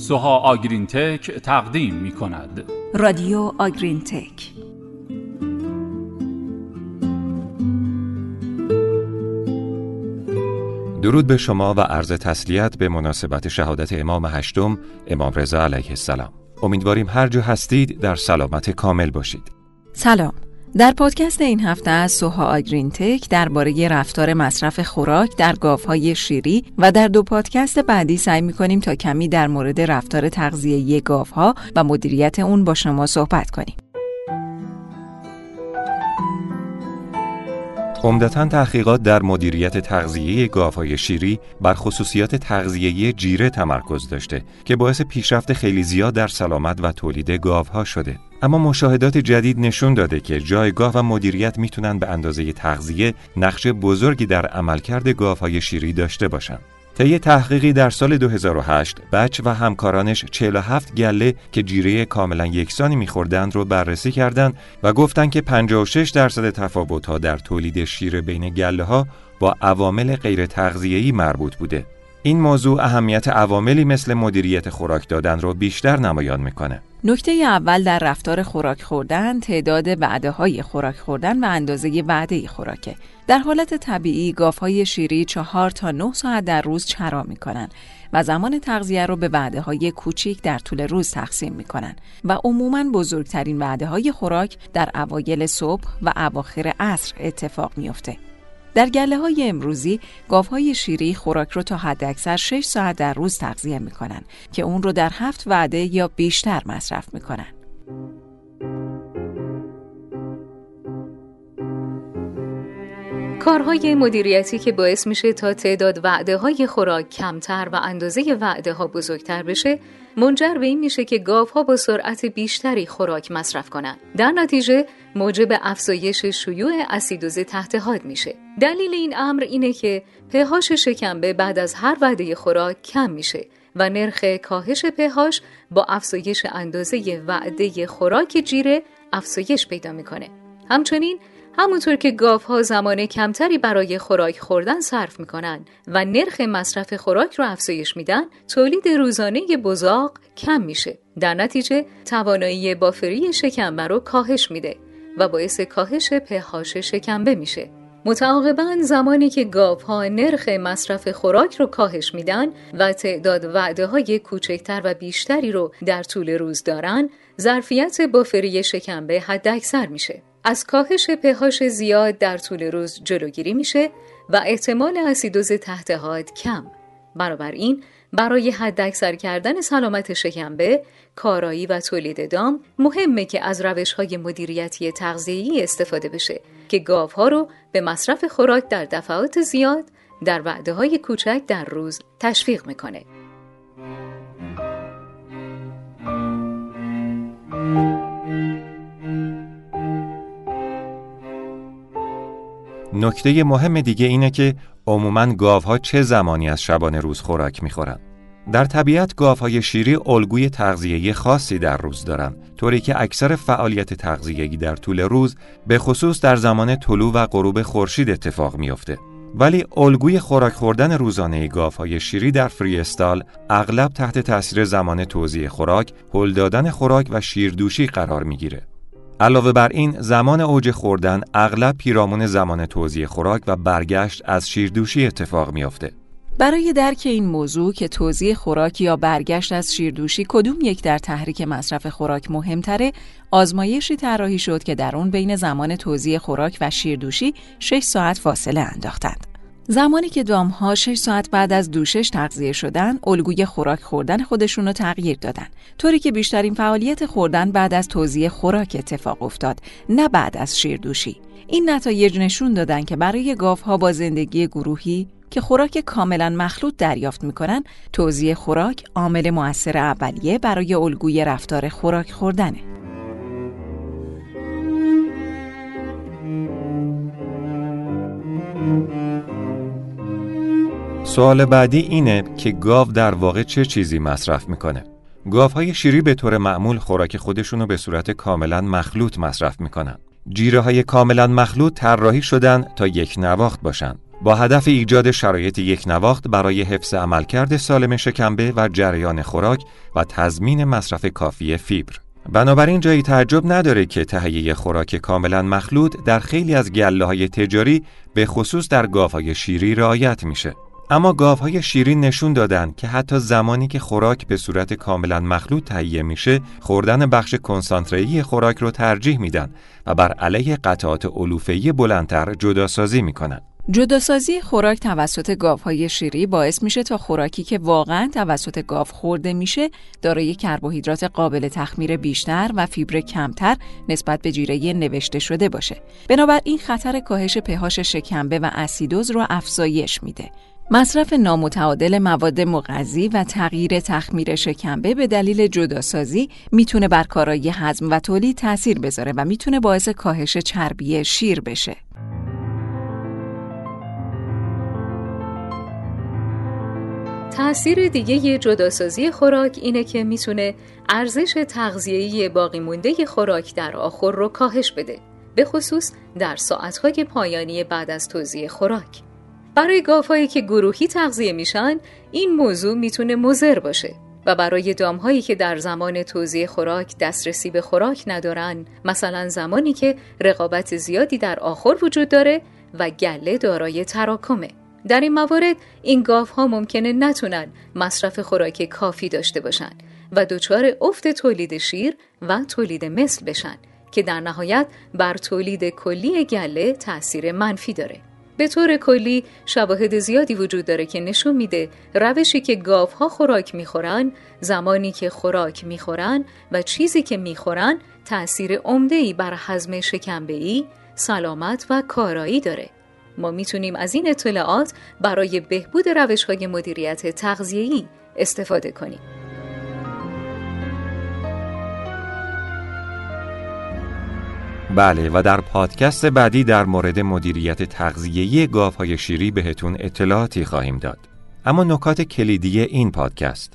سوها آگرین تک تقدیم می کند. رادیو آگرین تک. درود به شما و عرض تسلیت به مناسبت شهادت امام هشتم امام رضا علیه السلام. امیدواریم هر جا هستید در سلامت کامل باشید. سلام. در پادکست این هفته از سوها آگرین تک درباره رفتار مصرف خوراک در گاوهای شیری و در دو پادکست بعدی سعی می‌کنیم تا کمی در مورد رفتار تغذیه‌ای گاوها و مدیریت اون با شما صحبت کنیم. عمدتاً تحقیقات در مدیریت تغذیه‌ای گاوهای شیری بر خصوصیات تغذیه‌ای جیره تمرکز داشته که باعث پیشرفت خیلی زیاد در سلامت و تولید گاوها شده. اما مشاهدات جدید نشون داده که جایگاه و مدیریت میتونن به اندازه تغذیه نقش بزرگی در عملکرد گاوهای شیری داشته باشن. طی تحقیقی در سال 2008 بچ و همکارانش 47 گله که جیره کاملا یکسانی می‌خوردند رو بررسی کردند و گفتند که 56% تفاوت‌ها در تولید شیر بین گله‌ها با عوامل غیر تغذیه‌ای مربوط بوده. این موضوع اهمیت عواملی مثل مدیریت خوراک دادن رو بیشتر نمایان می‌کنه. نکته اول در رفتار خوراک خوردن تعداد وعده‌های خوراک خوردن و اندازه وعده خوراکه. در حالت طبیعی گاوهای شیری 4 تا 9 ساعت در روز چرا می‌کنن و زمان تغذیه رو به وعده‌های کوچیک در طول روز تقسیم می‌کنن و عموماً بزرگترین وعده‌های خوراک در اوایل صبح و اواخر عصر اتفاق می‌افته. در گله‌های امروزی گاوهای شیری خوراک رو تا حداکثر 6 ساعت در روز تغذیه می‌کنن که اون رو در 7 وعده یا بیشتر مصرف می‌کنن. کارهای مدیریتی که باعث میشه تا تعداد وعده‌های خوراک کمتر و اندازه وعده‌ها بزرگتر بشه، منجر به این میشه که گاوها با سرعت بیشتری خوراک مصرف کنن. در نتیجه موجب افزایش شیوع اسیدوز تحت حاد میشه. دلیل این امر اینه که pH شکمبه بعد از هر وعده خوراک کم میشه و نرخ کاهش pH با افزایش اندازه وعده خوراک جیره افزایش پیدا میکنه. همچنین همونطور که گاوها زمان کمتری برای خوراک خوردن صرف میکنن و نرخ مصرف خوراک رو افزایش میدن، تولید روزانه بزاق کم میشه. در نتیجه توانایی بافری شکمبه رو کاهش میده و باعث کاهش pH شکمبه میشه. متعاقباً زمانی که گاوها نرخ مصرف خوراک رو کاهش میدن و تعداد وعده‌های کوچکتر و بیشتری رو در طول روز دارن، ظرفیت بافری شکمبه حداکثر میشه. از کاهش pH زیاد در طول روز جلوگیری میشه و احتمال اسیدوز تحت حاد کم. بنابراین برای حداکثر کردن سلامت شکمبه، کارایی و تولید دام مهمه که از روش‌های مدیریتی تغذیه‌ای استفاده بشه که گاوها رو به مصرف خوراک در دفعات زیاد در وعده‌های کوچک در روز تشویق میکنه. نکته مهم دیگه اینه که عموماً گاوها چه زمانی از شبانه روز خوراک میخورن. در طبیعت گاوهای شیری الگوی تغذیه‌ای خاصی در روز دارن، طوری که اکثر فعالیت تغذیه‌ای در طول روز به خصوص در زمان طلوع و غروب خورشید اتفاق میفته. ولی الگوی خوراک خوردن روزانه گاوهای شیری در فری استال اغلب تحت تاثیر زمان توزیع خوراک، هل دادن خوراک و شیردوشی قرار میگیره. علاوه بر این، زمان اوج خوردن اغلب پیرامون زمان توزیع خوراک و برگشت از شیردوشی اتفاق میافته. برای درک این موضوع که توزیع خوراک یا برگشت از شیردوشی کدوم یک در تحریک مصرف خوراک مهمتره، آزمایشی طراحی شد که در اون بین زمان توزیع خوراک و شیردوشی 6 ساعت فاصله انداختند. زمانی که دامها 6 ساعت بعد از دوشش تغذیه شدن، الگوی خوراک خوردن خودشون رو تغییر دادن، طوری که بیشترین فعالیت خوردن بعد از توزیع خوراک اتفاق افتاد، نه بعد از شیردوشی. این نتایج نشون دادن که برای گاوها با زندگی گروهی که خوراک کاملا مخلوط دریافت میکنن، توزیع خوراک عامل مؤثر اولیه برای الگوی رفتار خوراک خوردنه. سوال بعدی اینه که گاو در واقع چه چیزی مصرف میکنه؟ گاوهای شیری به طور معمول خوراک خودشونو به صورت کاملا مخلوط مصرف میکنن. جیره‌های کاملا مخلوط طراحی شدن تا یک نواخت باشن. با هدف ایجاد شرایط یکنواخت برای حفظ عملکرد سالم شکمبه و جریان خوراک و تضمین مصرف کافی فیبر. بنابراین جایی تعجب نداره که تهیه خوراک کاملا مخلوط در خیلی از گله‌های تجاری به خصوص در گاوهای شیری رعایت میشه. اما گاوهای شیری نشون دادن که حتی زمانی که خوراک به صورت کاملا مخلوط تهیه میشه، خوردن بخش کنسانتره‌ای خوراک رو ترجیح میدن و بر علیه قطعات علوفه‌ای بلندتر جداسازی میکنن. جداسازی خوراک توسط گاوهای شیری باعث میشه تا خوراکی که واقعاً توسط گاو خورده میشه دارای کربوهیدرات قابل تخمیر بیشتر و فیبر کمتر نسبت به جیره نوشته شده باشه. بنابراین خطر کاهش pH شکمبه و اسیدوز رو افزایش میده. مصرف نامتعادل مواد مغذی و تغییر تخمیر شکمبه به دلیل جداسازی میتونه بر کارایی هضم و تولید تأثیر بذاره و میتونه باعث کاهش چربی شیر بشه. تأثیر دیگه جداسازی خوراک اینه که میتونه ارزش تغذیه‌ای باقی مونده خوراک در آخر رو کاهش بده، به خصوص در ساعت‌های پایانی بعد از توزیع خوراک. برای گاوهایی که گروهی تغذیه میشن، این موضوع میتونه مضر باشه و برای دامهایی که در زمان توزیع خوراک دسترسی به خوراک ندارن، مثلا زمانی که رقابت زیادی در آخر وجود داره و گله دارای تراکمه. در این موارد این گاوها ممکنه نتونن مصرف خوراک کافی داشته باشن و دچار افت تولید شیر و تولید مثل بشن که در نهایت بر تولید کلی گله تأثیر منفی داره. به طور کلی شواهد زیادی وجود داره که نشون میده روشی که گاوها خوراک میخورن، زمانی که خوراک میخورن و چیزی که میخورن تأثیر عمده‌ای بر هضم شکمبه‌ای، سلامت و کارایی داره. ما میتونیم از این اطلاعات برای بهبود روش‌های مدیریت تغذیه‌ای استفاده کنیم. بله، و در پادکست بعدی در مورد مدیریت تغذیه‌ای گاوهای شیری بهتون اطلاعاتی خواهیم داد. اما نکات کلیدی این پادکست: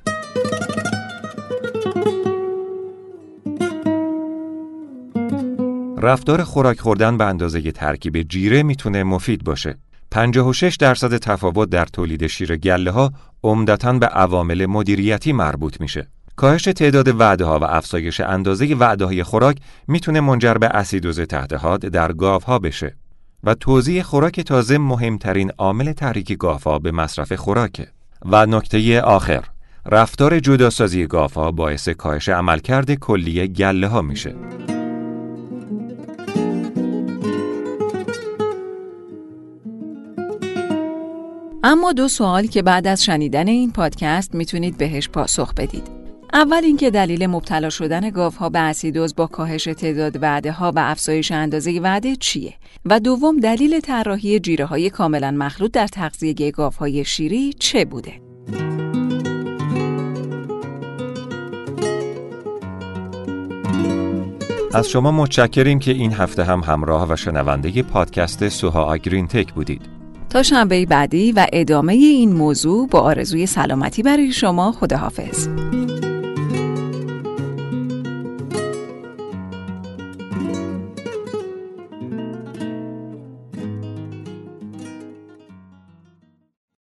رفتار خوراک خوردن به اندازه ترکیب جیره میتونه مفید باشه. 56% تفاوت در تولید شیر گله‌ها عمدتاً به عوامل مدیریتی مربوط میشه. کاهش تعداد وعده‌ها و افزایش اندازه وعده‌های خوراک میتونه منجر به اسیدوز تحت حاد در گاوها بشه و توزیع خوراک تازه مهمترین عامل تحریک گاوها به مصرف خوراکه. و نکته آخر، رفتار جداسازی گاوها باعث کاهش عملکرد کلی گله‌ها میشه. اما 2 سوال که بعد از شنیدن این پادکست میتونید بهش پاسخ بدید. اول اینکه دلیل مبتلا شدن گاوها به اسیدوز با کاهش تعداد وعده‌ها و افزایش اندازه وعده چیه؟ و دوم دلیل طراحی جیره‌های کاملا مخلوط در تغذیه گاوهای شیری چه بوده؟ از شما متشکریم که این هفته هم همراه و شنونده پادکست سوها آگرین تک بودید. تا شنبه بعدی و ادامه این موضوع با آرزوی سلامتی برای شما. خداحافظ.